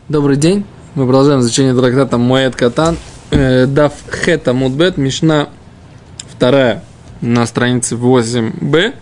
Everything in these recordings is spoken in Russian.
Добрый день. Мы продолжаем изучение трактата Моэд Катан. Даф Хет Амуд Бет. Мишна 2 на странице 8b.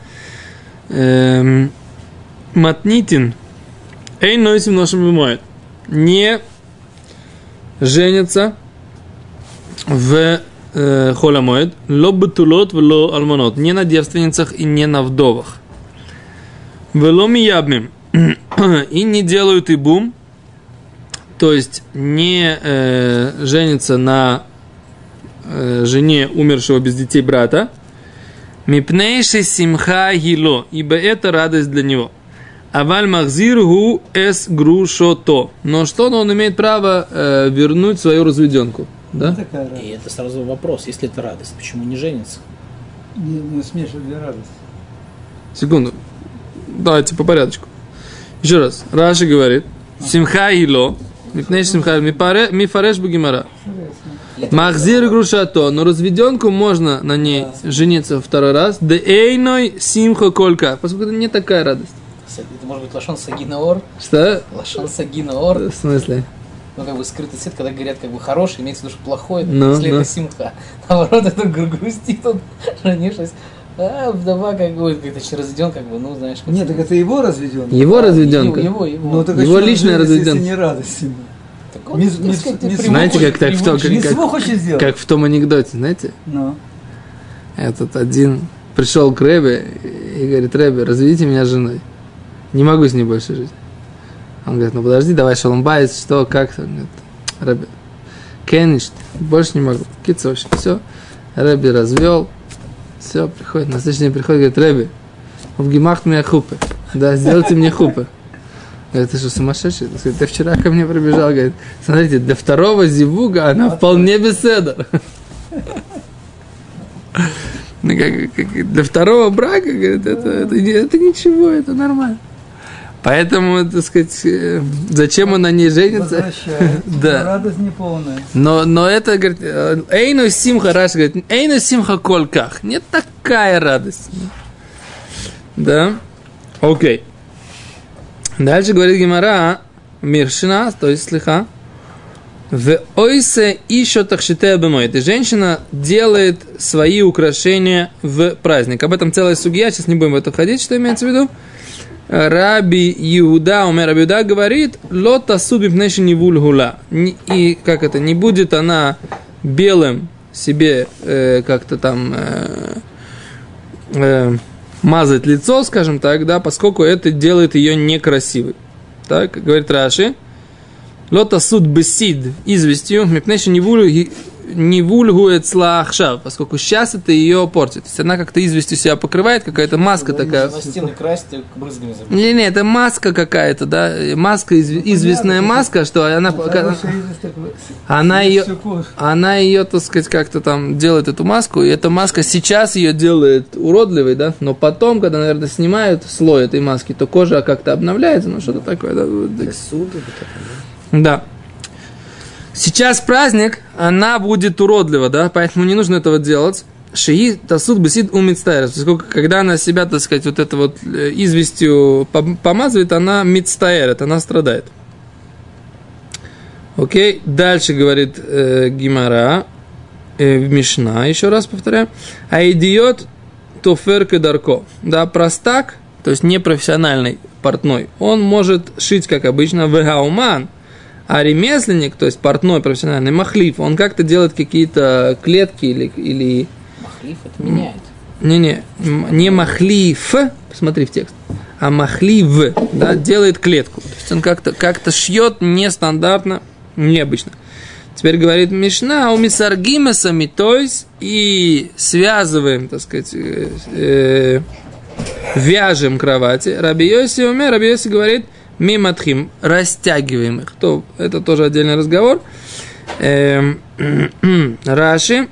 Матнитин. Эй, носим нашим вымоет. Не женится в Холамоэд. Ло бетулот, ло альмонот. Не на девственницах и не на вдовах. Вело миябмим. И не делают ибум. То есть не женится на жене умершего без детей брата. Мипнейши симха гило, ибо это радость для него. Аваль махзиргу эс грушото. Но что он имеет право вернуть свою разведенку? Да? И это сразу вопрос, если это радость, почему не женится? Не смешивали радость. Секунду. Давайте по порядочку. Еще раз. Раши говорит. Симха гило. Мифареш бугимара. Махзир грушато, но разведенку можно на ней жениться второй раз. Да эйной симха колька, поскольку это не такая радость. Это может быть лашон сагинаор. Что? Лашон сагинаор. В смысле? Ну, как бы скрытый цвет, когда говорят, как бы хороший, имеется в виду, что плохой, если это симха. Наоборот, это грустит, он женившись. А вдова как бы, как-то разведен, как бы, ну, знаешь. Нет, так это его разведенка. Его разведенка. Его. Ну, так его личная разведенка. Это не радость ему. Знаете, как в том анекдоте, знаете? Ну. Этот один пришел к Ребе и говорит: Ребе, разведите меня с женой. Не могу с ней больше жить. Он говорит: ну подожди, давай шалом байт, что, как? Он говорит: Ребе, кениш, больше не могу. Кицош, все. Ребе развел. Все, приходит, на следующий день приходит, говорит: Ребе, в гимахт меня хупы. Да, сделайте мне хупы. Говорит: ты что, сумасшедший? Ты вчера ко мне прибежал, говорит: смотрите, для второго зивуга она вполне беседа. Для второго брака, говорит, это ничего, это нормально. Поэтому, так сказать, зачем он на ней женится? Да. Радость неполная. Но это, говорит, эйну симха, Раш говорит, эйну симха колках. Не такая радость. Да? Окей. Дальше говорит Гемара, Миршина, то есть слиха, в ойсе еще тахшитея бемоет. И женщина делает свои украшения в праздник. Об этом целая сугья, сейчас не будем в это входить, что имеется в виду. Раби Иуда, Раби Иуда говорит, лота суби пнеши нивуль гула. И как это, не будет она белым себе как-то там мазать лицо, скажем так, да, поскольку это делает ее некрасивой. Так, говорит Раши. Лота суд бесид известью, мипнеши не вульгует слахшав, поскольку сейчас это ее портит. То есть она как-то известью себя покрывает, какая-то маска такая. На стены красит, брызгами забьет. Не, это маска какая-то, да, маска, известная маска, что она ее, так сказать, как-то там делает эту маску, и эта маска сейчас ее делает уродливой, да, но потом, когда, наверное, снимают слой этой маски, то кожа как-то обновляется, ну что-то такое, да. Да. Сейчас праздник, она будет уродлива, да, поэтому не нужно этого делать. Шии тасуд бесид умитстайрес, поскольку когда она себя, так сказать, вот это вот известью помазывает, она митстайрет, она страдает. Окей, дальше говорит Гимара, Мишна, еще раз повторяю, а идиот тоферка дарко, да, простак, то есть непрофессиональный портной, он может шить, как обычно, вегауман. А ремесленник, то есть портной профессиональный, махлиф, он как-то делает какие-то клетки или... Махлиф это меняет. Не махлиф, посмотри в текст, а махлив, да, делает клетку. То есть он как-то шьет нестандартно, необычно. Теперь говорит Мишна, у мисаргимесами, то есть и связываем, так сказать, вяжем кровати. Раби Йоси говорит, миматхим, растягиваем их. Это тоже отдельный разговор. Раши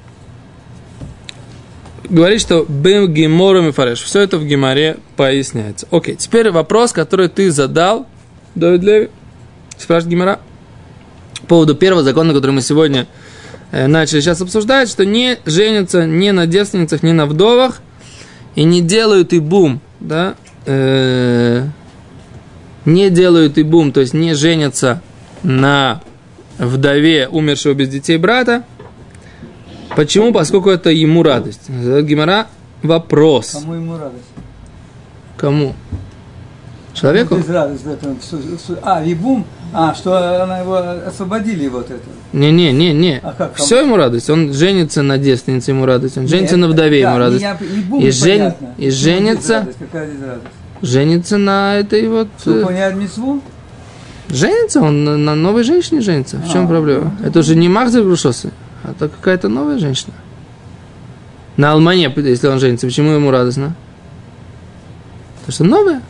говорит, что бем гемором и фареш. Все это в геморе поясняется. Окей, теперь вопрос, который ты задал, Давид Леви, спрашивает гемора, по поводу первого закона, который мы сегодня начали сейчас обсуждать, что не женятся ни на девственницах, ни на вдовах, и не делают ибум, да, не делают ибум, то есть не женятся на вдове умершего без детей брата. Почему? Поскольку это ему радость. Задает Гемара вопрос. Кому ему радость? Кому? Человеку? Без радости. Ибум? Что она его освободили вот это. Не. А как? Все ему радость. Он женится на девственнице, ему радость. Он женится на вдове, ему радость. И женится. Какая здесь радость? Женится на этой вот... Выполняет мицву? Женится, он на новой женщине женится. В чем проблема? Это уже не Махзер Брушосы, а это какая-то новая женщина. На Алмане, если он женится, почему ему радостно? Потому что новая.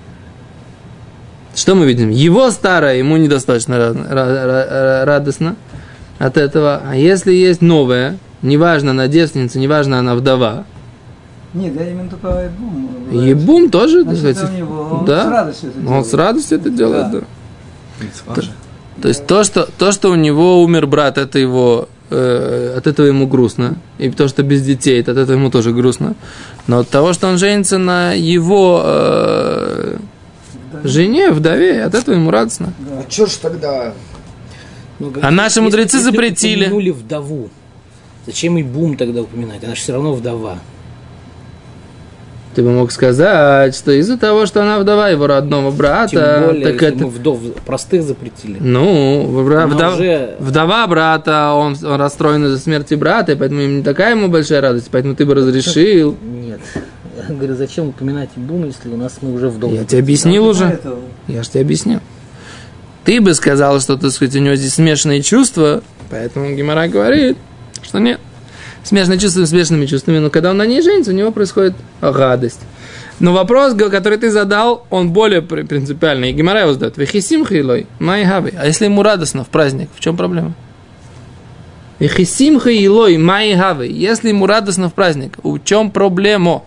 Что мы видим? Его старая, ему недостаточно радостно от этого. А если есть новая, неважно, она девственница, неважно, она вдова. Нет, я именно только Ибум. Ибум тоже, значит, у него, он да? с радостью это делает. Он с радостью это делает, да. Мицва же. То есть то, что у него умер брат, это его, от этого ему грустно. И то, что без детей, от этого ему тоже грустно. Но от того, что он женится на его жене, вдове, от этого ему радостно. А чё ж тогда? А наши мудрецы запретили. Упомянули вдову. Зачем и бум тогда упоминать? Она же все равно вдова. Ты бы мог сказать, что из-за того, что она вдова его родного брата, Тем более, так если это... мы вдов простых запретили. Ну, уже... вдова брата, он расстроен из-за смерти брата, и поэтому им не такая ему большая радость, поэтому ты бы разрешил. Нет. Я говорю, зачем упоминать бум, если у нас мы уже вдов? Я тебе объяснил уже. Я же тебе объяснил. Ты бы сказал, что, так сказать, у него здесь смешанные чувства, поэтому Гемара говорит, что нет. Смешанные чувства смешанными чувствами, но когда он на ней женится, у него происходит радость. Но вопрос, который ты задал, он более принципиальный. И Гемара его задает. Вехисимха илой, майхави. А если ему радостно в праздник, в чем проблема? Вехисимха илой, майхави. Если ему радостно в праздник, в чем проблема?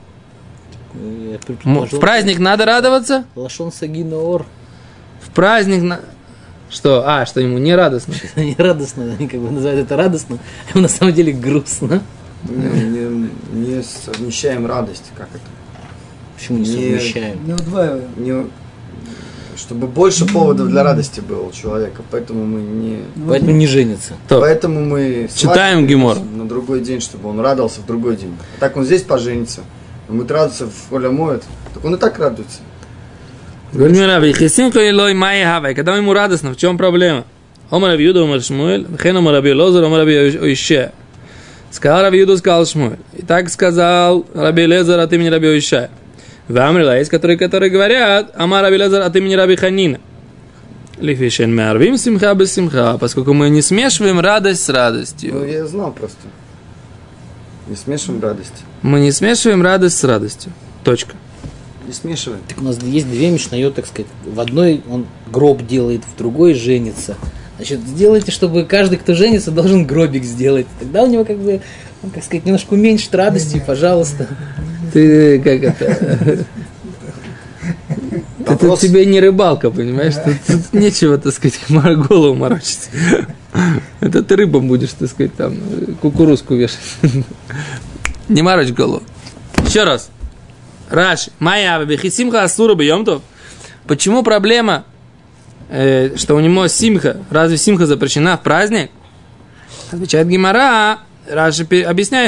В праздник надо радоваться? Лашон сагина ор. В праздник Что? Что ему не радостно? Не радостно, они как бы называют это радостно, а ему на самом деле грустно. Не совмещаем радость, как это? Почему не совмещаем? Не удваиваем. Чтобы больше поводов для радости было у человека, поэтому мы не... Поэтому не женится. Поэтому мы читаем Гемор на другой день, чтобы он радовался в другой день. А так он здесь поженится, он будет радоваться в Холя Моэд, так он и так радуется. Когда ему радостно, в чем проблема? Омар Раби Юда, Омар Шмуэль, Хен Омар Раби Лозер, Омар Раби Ойше. Сказал Раби Юда, сказал Шмуэль. И так сказал Раби Лезер от имени Раби Ойше. В Амрила есть, которые говорят, Омар Раби Лезер от имени Раби Ханина. Лифишен мярвим симха без симха, поскольку мы не смешиваем радость с радостью. Ну, я знал просто. Не смешиваем радость. Мы не смешиваем радость с радостью. Точка. Не смешиваем. Так у нас есть две мишнайот, так сказать. В одной он гроб делает, в другой женится. Значит, сделайте, чтобы каждый, кто женится, должен гробик сделать. Тогда у него как бы, как сказать, немножко уменьшит радости, пожалуйста. Ты как это... Это тебе не рыбалка, понимаешь? Тут нечего, так сказать, голову морочить. Это ты рыбам будешь, так сказать, там, кукурузку вешать. Не морочь голову. Еще раз. Раши. Майя бехисимха асура бьемтов. Почему проблема, что у него симха? Разве симха запрещена в праздник? Отвечает Гемара. Раши объясняет.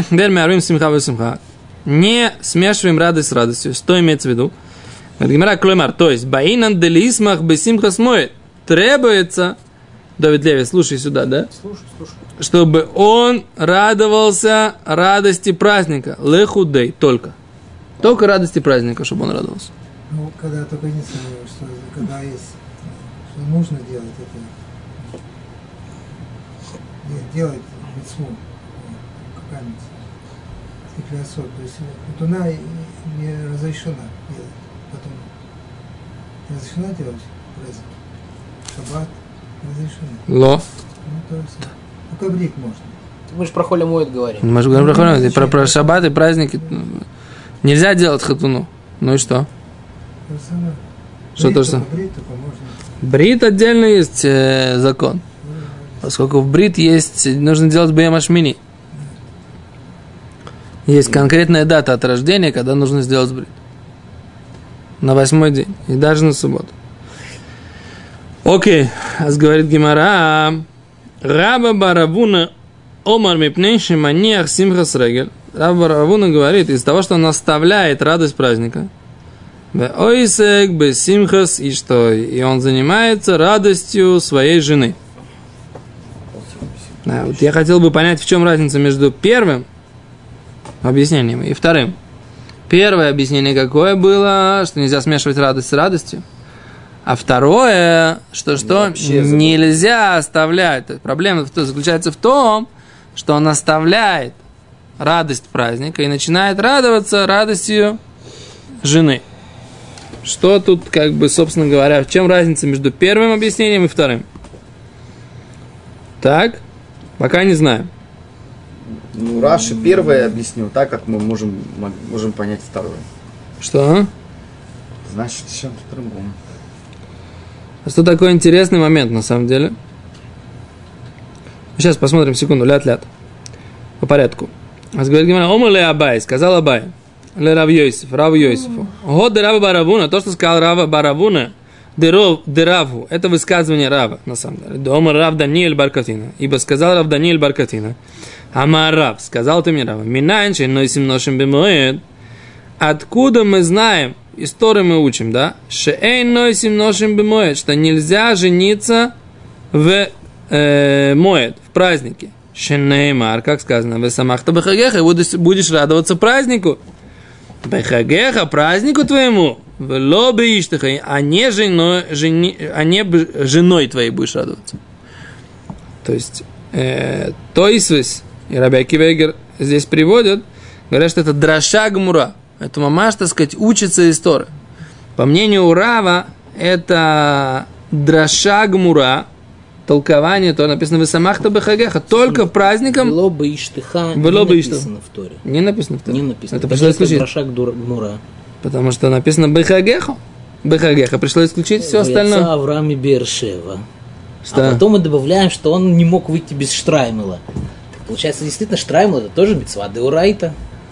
Не смешиваем радость с радостью. Что имеется в виду? Гемара клоймар. То есть баинан делисмах бесимха смоет. Требуется, Давид Леви, слушай сюда, да? Слушай. Чтобы он радовался радости праздника. Лехудей, только радости праздника, чтобы он радовался. Ну, когда только единственное, что когда есть, что нужно делать это, делать мицву, какая мицва, то есть вот она не разрешена делать, потом не разрешена делать праздник, шаббат разрешена. Ло. Ну, то есть, только брит можно. Мы же про Холя Моэд говорим. Мы же говорим про Холя Моэд, про шаббат и праздники. Нельзя делать хатуну. Ну и что? Что то же самое? Брит отдельно есть закон. Поскольку в брит есть, нужно делать бьем-ашмини. Есть конкретная дата от рождения, когда нужно сделать брит. На 8-й день. И даже на субботу. Окей, говорит Гемара, Раба Баравуна Омар Мипнейши Маниах Симхас Регель. Раба Баравуна говорит, из того, что он наставляет радость праздника, Ойсек Бесимхас и что? И он занимается радостью своей жены. Да, вот я хотел бы понять, в чем разница между первым объяснением и вторым. Первое объяснение какое было, что нельзя смешивать радость с радостью. А второе, что нельзя оставлять. Проблема заключается в том, что он оставляет радость праздника и начинает радоваться радостью жены. Что тут, собственно говоря, в чем разница между первым объяснением и вторым? Так, пока не знаю. Ну, Раши первое объяснил так, как мы можем понять второе. Что? Значит, все по-другому. А что такой интересный момент, на самом деле? Сейчас посмотрим, секунду, ля-ля. По порядку. Говорит Гемара, Омар ле Абай, сказал Абай, ле Рав Йосиф, Рав Йосифу. Год де Рава Баравуна, то, что сказал Рава Баравуна, де Раву, это высказывание Рава, на самом деле. Де Омар Рав Даниэль Баркатина, ибо сказал Рав Даниэль Баркатина, Амар Рав, сказал ты мне Рава, Минанче, носим ношим бемоэд, откуда мы знаем, историю мы учим, да, шеэйн носим ношим бемоэд, что нельзя жениться в моэд, в празднике. Шенеймар, как сказано, вы самахта бехагеха, будешь радоваться празднику. Бехагеха, празднику твоему, в лобе иштаха, а не женой твоей будешь радоваться. То есть, Тойсвис и Раби Акива Эйгер здесь приводят, говорят, что это драша гмура. Это мамаш, так сказать, учится из Торы. По мнению Рава, это драша гмура, толкование, то написано «Весамахта бехагеха», только праздником... «Велоба иштыха» не написано в Торе. Не написано в Торе? Не написано. Это пришлось исключить. «Драша гмура». Потому что написано «Бехагеха». Бехагеха. Пришлось исключить все остальное. «Вяца Авраам и Бершева». Что? А потом мы добавляем, что он не мог выйти без штраймела. Так получается, действительно, штраймел это тоже мицва деорайта.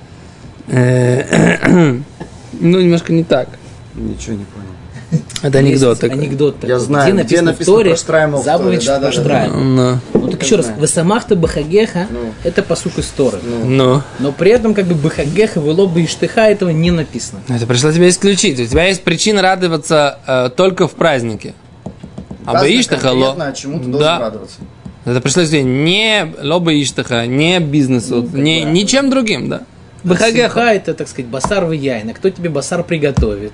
Ну, немножко не так. Ничего не понял. Это анекдот такой. Анекдот такой. Я знаю, где написано в Торе заповедь про штраймел. Ну так еще раз, «Весамахта бехагеха» это посук из Торы. Ну. Но при этом бехагеха, велоба иштыха этого не написано. Это пришлось тебя исключить. У тебя есть причина радоваться только в празднике. А беиштаха ло... чему ты должен радоваться. Это пришлось тебе не лоба иштаха, не бизнесу, ничем другим, да. Бехагеха это, так сказать, басар в яйна. Кто тебе басар приготовит?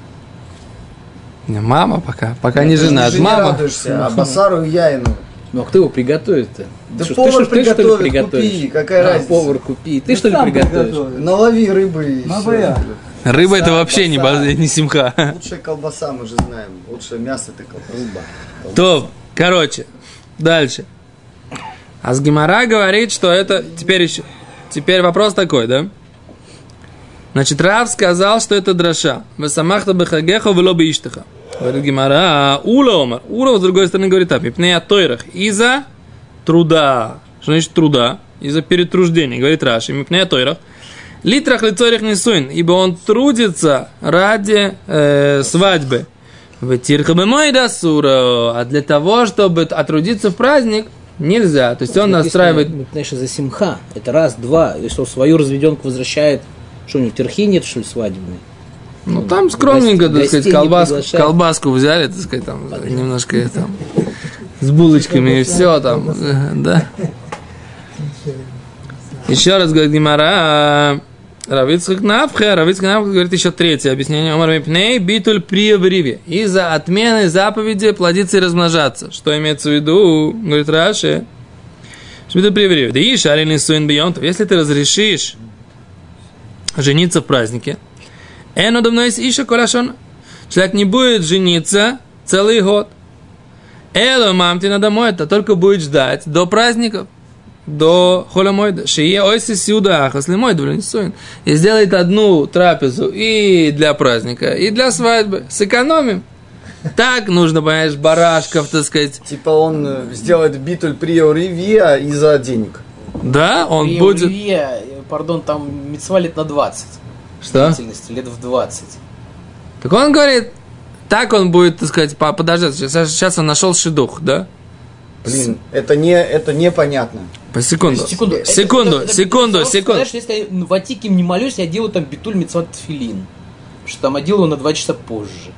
Мама пока не жена, мама. Радуешься, а басару и яйну. Ну а кто его приготовит-то? Да повар приготовит, купи, какая разница. Повар купи, ты что ли приготовишь? Налови рыбы и все. Рыба это вообще не симха. Лучшая колбаса, мы же знаем. Лучшее мясо это колбаса. То, короче, дальше. А с Гемара говорит, что это... Теперь вопрос такой, да? Значит, Рав сказал, что это драша. Весамахта бехагеха велоба иштаха. Говорит Гемара, Ула Омар. Ула, с другой стороны, говорит так. Мипней атойрах. Из-за труда. Что значит труда? Из-за перетруждения. Говорит Раши. Мипней атойрах. Литрах лицорих несуин. Ибо он трудится ради свадьбы. Ветирха бемой дасура. А для того, чтобы отрудиться в праздник, нельзя. То есть он настраивает... Мипней за симха. Это раз, два. Если он свою разведенку возвращает... Что у него, терхи нет, что ли, свадебный? Ну, там скромненько, так сказать, колбаску взяли, так сказать, там, немножко там, с булочками и все там, да. Еще раз говорит Гемара, Рав Ицхак Навха говорит еще третье объяснение. Омар мипней битуль при в риве. Из-за отмены заповеди плодиться и размножаться. Что имеется в виду? Говорит Раши. Битуль при в риве. Да и шарильный суин бьонтов. Если ты разрешишь жениться в празднике, человек не будет жениться целый год. Эло мамтина домой, это только будет ждать до праздников, до холомойда. Шие ойси сюда ахаслимойда влинсуин. И сделает одну трапезу и для праздника, и для свадьбы. Сэкономим. Так нужно, понимаешь, барашков, так сказать. Типа он сделает битуль прио ривия из-за денег. Да, он прио будет... Ривия, пардон, там мицва лет на 20. Что? Лет в 20. Так он говорит, так он будет, так сказать, подождать. Сейчас он нашел шидух, да? Блин, это непонятно. Секунду. Знаешь, если я в Атике не молюсь, я делаю там битуль мицват тфилин. Потому что там я делаю на 2 часа позже.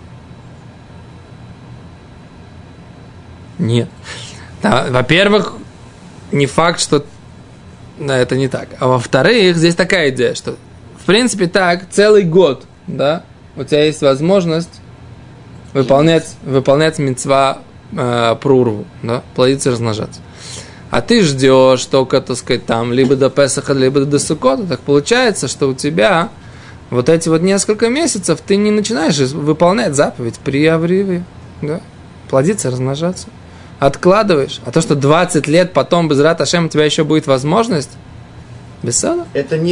Нет. Да, во-первых, не факт, что это не так. А во-вторых, здесь такая идея, что в принципе так целый год, да, у тебя есть возможность выполнять мицва прурву, да, плодиться и размножаться. А ты ждешь только, так сказать, там, либо до Песаха, либо до Суккота, так получается, что у тебя вот эти вот несколько месяцев ты не начинаешь выполнять заповедь при Авриве, да, плодиться, размножаться. Откладываешь. А то, что 20 лет потом без Рат Ашем у тебя еще будет возможность, без сада.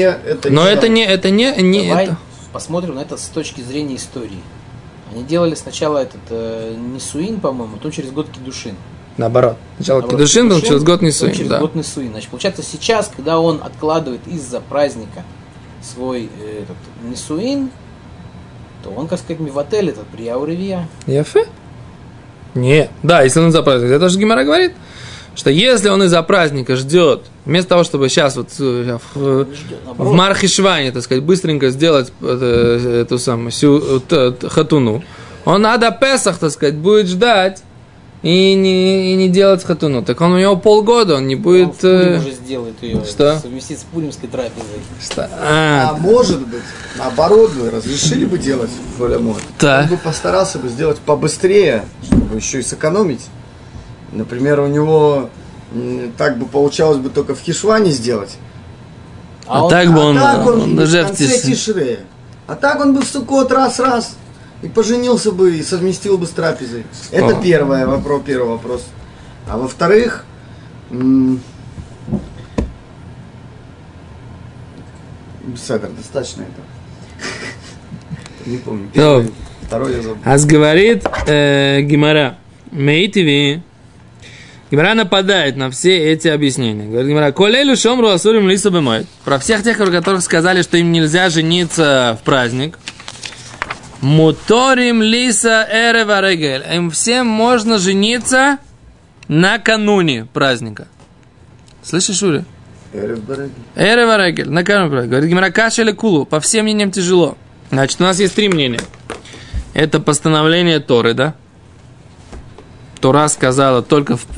Давай посмотрим на это с точки зрения истории. Они делали сначала этот Нисуин, по-моему, потом через год Кидушин. Наоборот. Сначала Кидушин, потом через год Нисуин. Через год Нисуин. Значит, получается, сейчас, когда он откладывает из-за праздника свой этот Нисуин, то он, как сказать, миватель этот при Ауревия. Яфе? Нет. Да, если он из-за праздника. Это же Гемара говорит, что если он из-за праздника ждет, вместо того, чтобы сейчас вот в Мархишване, так сказать, быстренько сделать эту самую хатуну, он надо Песах, так сказать, будет ждать и не делать хатуну. Так он у него полгода, он не будет... Он уже сделает ее, что? Совместить с пуримской трапезой. Что? А может быть, наоборот бы, разрешили бы делать в Олямот. Так. Он бы постарался бы сделать побыстрее, чтобы еще и сэкономить. Например, у него так бы получалось бы только в Хишване сделать. Так бы он в конце Тишрея. А так он бы в Суккот раз и поженился бы, и совместил бы с трапезой. Это первый вопрос. А во-вторых, Седр, достаточно этого. Не помню. Первый, второй я забыл. Аз говорит Гемара, Мейтиви. Гемара нападает на все эти объяснения. Говорит Гемара, Колейлю шомру асурим лиса бемоэд. Про всех тех, которых сказали, что им нельзя жениться в праздник. Муторим лиса эрева регель. Им всем можно жениться накануне праздника. Слышишь, Ури? Эрева регель. Накануне праздника. Говорит Гемара, каша или кулу. По всем мнениям тяжело. Значит, у нас есть 3 мнения. Это постановление Торы, да? Тора сказала только в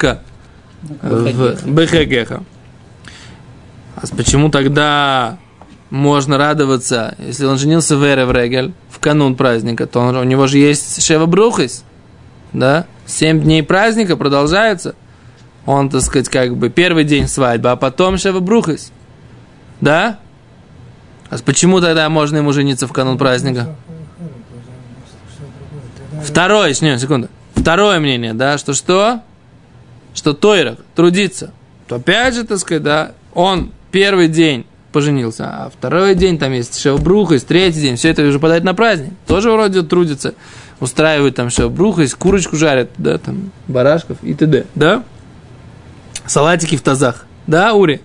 Бехегеха. А почему тогда можно радоваться, если он женился в Эрев Регель, в канун праздника, то у него же есть Шева Брухис, да? 7 дней праздника продолжаются. Он, так сказать, как бы первый день свадьбы, а потом Шева Брухис. Да? А почему тогда можно ему жениться в канун праздника? Второе мнение, да, что Тойрах трудится. То опять же, так сказать, да, он первый день поженился, а второй день там есть шевбрухас, третий день, все это уже подать на праздник. Тоже вроде трудится, устраивают там шевбрухас, курочку жарят, да, там, барашков и т.д., да? Салатики в тазах, да, Ури?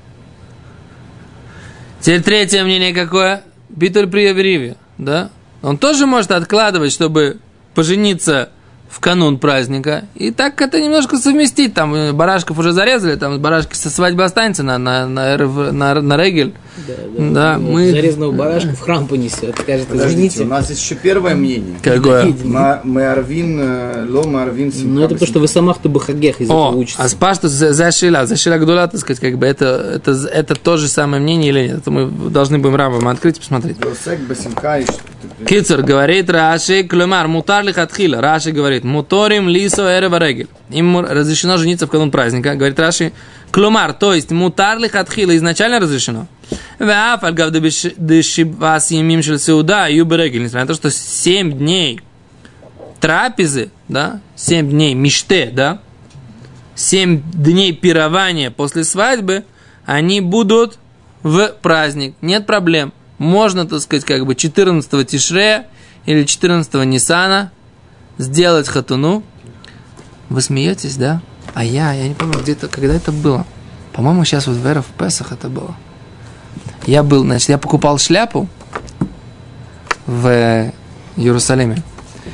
Теперь третье мнение какое? Битуль при Авриве, да? Он тоже может откладывать, чтобы пожениться в канун праздника. И так это немножко совместить. Там барашков уже зарезали, там барашки со свадьбы останется на регель. Да, мы... Зарезанного барашка в храм понесет. Скажет, извините. У нас есть еще первое мнение. Какое? Маарвин. Ну, это потому, что вы самах-то бахагех из этого учитесь. А спашту зашила гдула, так сказать, как бы это то же самое мнение или нет? Это мы должны будем рамбам открыть и посмотреть. Кицур говорит Раши, клюмар, мутар лихатхила. Раши говорит, муторим лисо эрева регель. Им разрешено жениться в канун праздника. Говорит Раши, клюмар, то есть мутар лихатхила изначально разрешено. Несмотря на то, что 7 дней трапезы, да, 7 дней миште, да, 7 дней пирования после свадьбы, они будут в праздник. Нет проблем. Можно, так сказать, как бы 14-го Тишрея или 14-го Ниссана сделать хатуну. Вы смеетесь, да? А я не помню, где-то, когда это было. По-моему, сейчас вот в Эрев Песах это было. Я покупал шляпу в Иерусалиме.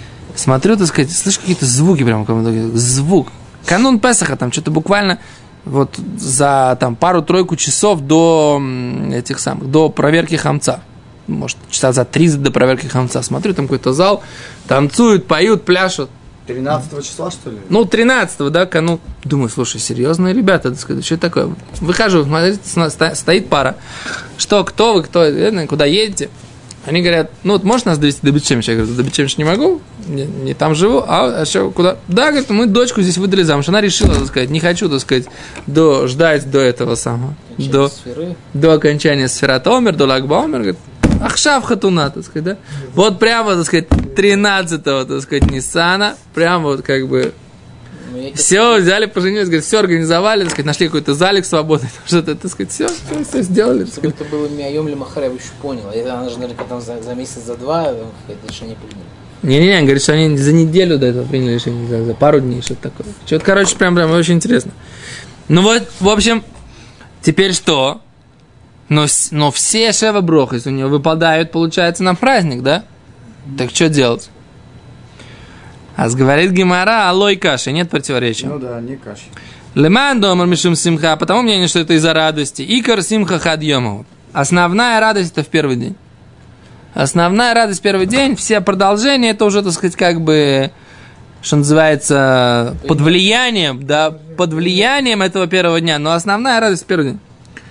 Смотрю, так сказать, слышу какие-то звуки, прям звук. Канун Песаха, там что-то буквально вот за там пару-тройку часов до этих самых, до проверки хамца. Может, часа за 3 до проверки хамца. Смотрю, там какой-то зал, танцуют, поют, пляшут. 13 числа, что ли? Ну, 13-го, да, канун. Думаю, слушай, серьезные ребята, так сказать, что это такое? Выхожу, смотрите, стоит пара. Что, кто вы, куда едете? Они говорят, ну вот можешь нас довести до Бет-Шемеша? Я говорю, до Бет-Шемеша не могу, не там живу, а что, куда? Да, говорит, мы дочку здесь выдали замуж. Она решила, так сказать, не хочу, так сказать, ждать до этого самого, до окончания Сферат Омер, до Lag BaOmer, говорит, Ахшав хатуна, так сказать, да? Вот прямо, так сказать, 13-го, так сказать, Ниссана, прямо вот как бы все взяли, поженились, говорит, все организовали, так сказать, нашли какой-то залик свободный, что-то, так сказать, все сделали. Если бы это было Миайом ли Махара, я бы еще понял. Она же наверняка там за месяц, за два это решение приняли. Не-не-не, говорит, что они за неделю до этого приняли решение, за пару дней, что-то такое. Что-то, короче, прям очень интересно. Ну вот, в общем, теперь что? Но все Шева Брохос у него выпадают, получается, на праздник, да? Так что делать? А говорит Гемара, алой каши, нет противоречия. Ну да, не каши. Леман домар мишум симха, потому мнение, что это из-за радости. Икар симха хад йомау. Основная радость это в первый день. Основная радость в первый день, все продолжения, это уже, так сказать, как бы, что называется, под влиянием, да, под влиянием этого первого дня. Но основная радость в первый день.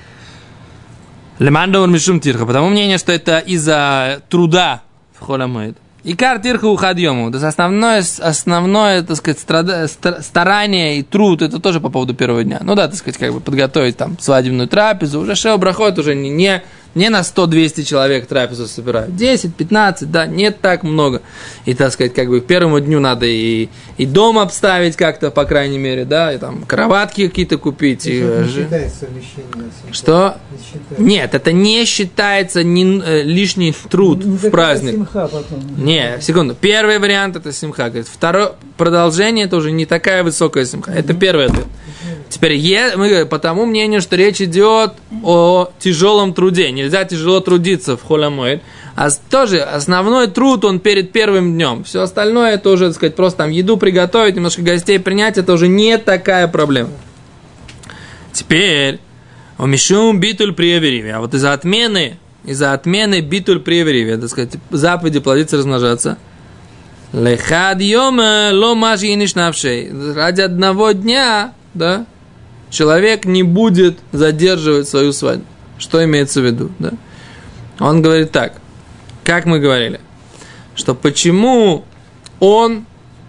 Леман домар мишум тирха, потому мнение, что это из-за труда в Хол ха-Моэд. Икар тирха ухад йому. То есть основное, так сказать, старание и труд, это тоже по поводу первого дня. Ну да, так сказать, как бы подготовить там свадебную трапезу. Уже Шева Брахот уже не на 100-200 человек трапезу собирают. 10-15, да, не так много. И, так сказать, как бы к первому дню надо и дом обставить как-то, по крайней мере, да, и там кроватки какие-то купить. И не считается совмещение. Что? Нет, это не считается лишний труд в праздник. Симха потом. Не, секунду. Первый вариант это симха. Говорит, второе продолжение это уже не такая высокая симха. Это первый ответ. Теперь мы говорим, по тому мнению, что речь идет о тяжелом труде. Нельзя тяжело трудиться в Хол ха-Моэд. А тоже основной труд он перед первым днем. Все остальное это уже, так сказать, просто там еду приготовить, немножко гостей принять, это уже не такая проблема. Теперь о мишум битуль приевериве. А вот из-за отмены битуль приевериве, так сказать, заповеди плодиться, размножаться. Лехад йома ло маши и нишнавшей. Ради одного дня, да, человек не будет задерживать свою свадьбу. Что имеется в виду, да? Он говорит так, как мы говорили, что почему он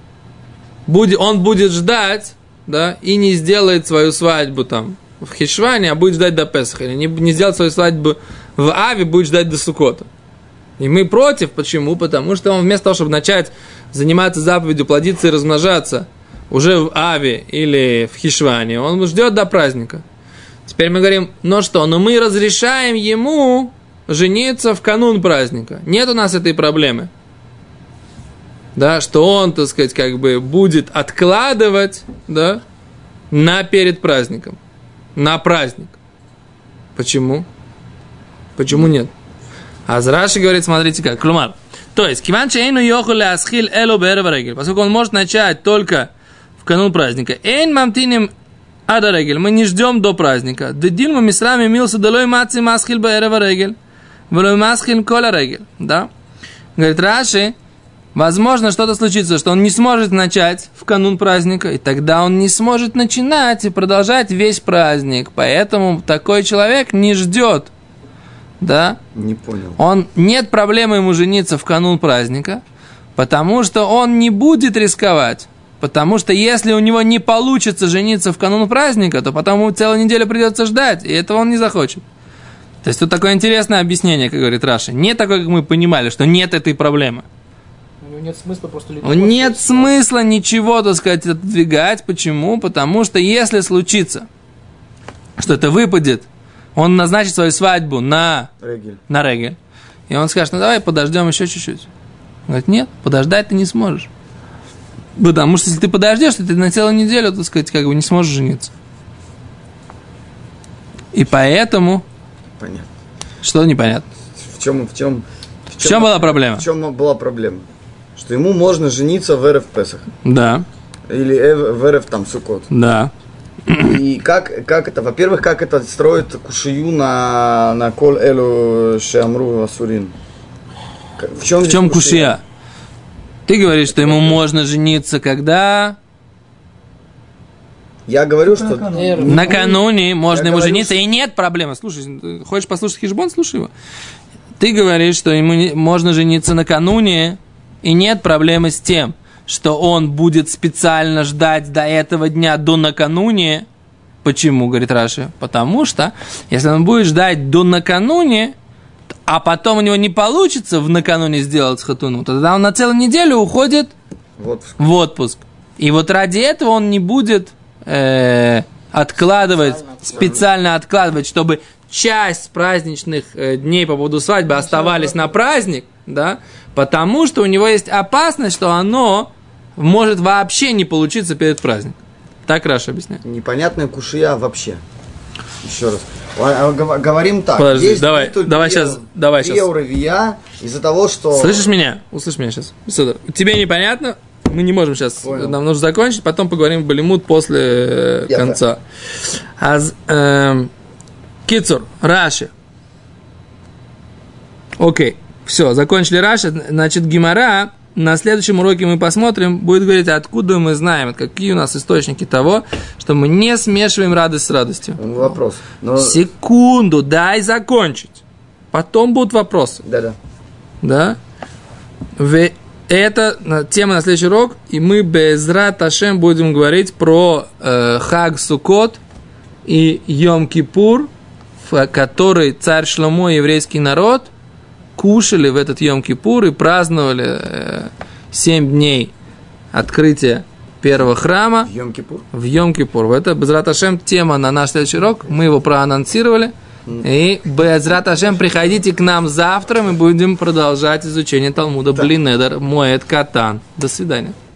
будет ждать, да, и не сделает свою свадьбу там в Хешване, а будет ждать до Песаха, или не сделает свою свадьбу в Аве, будет ждать до Суккота. И мы против, почему? Потому что он вместо того, чтобы начать заниматься заповедью, плодиться и размножаться уже в Аве или в Хешване, он ждет до праздника. Теперь мы говорим, но мы разрешаем ему жениться в канун праздника. Нет у нас этой проблемы. Да, что он, так сказать, как бы будет откладывать, да, перед праздником. На праздник. Почему? Почему нет? А Раши говорит, смотрите как, клумар. То есть, поскольку он может начать только в канун праздника. Эйн мамтиним ада регель. Мы не ждем до праздника. Дедильма мисрами милса долой маци масхил баэрева регель. Волой масхил кола регель. Да? Говорит Раши, возможно, что-то случится, что он не сможет начать в канун праздника, и тогда он не сможет начинать и продолжать весь праздник. Поэтому такой человек не ждет. Да? Не понял. Нет проблемы ему жениться в канун праздника, потому что он не будет рисковать. Потому что если у него не получится жениться в канун праздника, то потом ему целую неделю придется ждать, и этого он не захочет. То есть тут такое интересное объяснение, как говорит Раши. Не такое, как мы понимали, что нет этой проблемы. У него нет смысла просто... Нет смысла ничего, так сказать, отодвигать. Почему? Потому что если случится, что это выпадет, он назначит свою свадьбу на регель. И он скажет, давай подождем еще чуть-чуть. Он говорит, нет, подождать ты не сможешь. Потому что если ты подождешь, то ты на целую неделю, так сказать, как бы не сможешь жениться. И поэтому... Понятно. Что непонятно? В чем была проблема? В чем была проблема? что ему можно жениться в Эрев Песах. Да. Или в Эрев там Суккот. Да. И как это, во-первых, как это строит кушию на Кол Элу Шеамру Асурин? В чем кушия? Ты говоришь, что ему можно жениться когда? Я говорю, что накануне можно ему жениться, что... и нет проблемы. Слушай, хочешь послушать Хишбон, слушай его. Ты говоришь, что ему можно жениться накануне, и нет проблемы с тем, что он будет специально ждать до этого дня, до накануне. Почему, говорит Раши? Потому что, если он будет ждать до накануне, а потом у него не получится в накануне сделать хатуну, тогда он на целую неделю уходит в отпуск. И вот ради этого он не будет специально откладывать, чтобы часть праздничных дней по поводу свадьбы оставались на праздник, да, потому что у него есть опасность, что оно может вообще не получиться перед праздником. Так Раша объясняет. Непонятная кушия вообще. Еще раз. Говорим так. Подожди, есть давай сейчас. Ревия из-за того, что... Слышишь меня? Услышь меня сейчас. Тебе непонятно? Мы не можем сейчас. Понял. Нам нужно закончить, потом поговорим в Балимут после конца. Кицур, Раши. Окей. Все, закончили Раши. Значит, Гемара, на следующем уроке мы посмотрим, будет говорить, откуда мы знаем, какие у нас источники того, что мы не смешиваем радость с радостью. Вопрос. Секунду, дай закончить. Потом будут вопросы. Да? Это тема на следующий урок, и мы безрат Ашем будем говорить про Хаг Суккот и Йом-Кипур, в который царь Шломо и еврейский народ кушали в этот Йом-Кипур и праздновали 7 дней открытия первого храма в Йом-Кипур. Это безрат Ашем тема на наш следующий урок, мы его проанонсировали. И безрат Ашем, приходите к нам завтра, мы будем продолжать изучение Талмуда Бли Недер Моэд Катан. До свидания.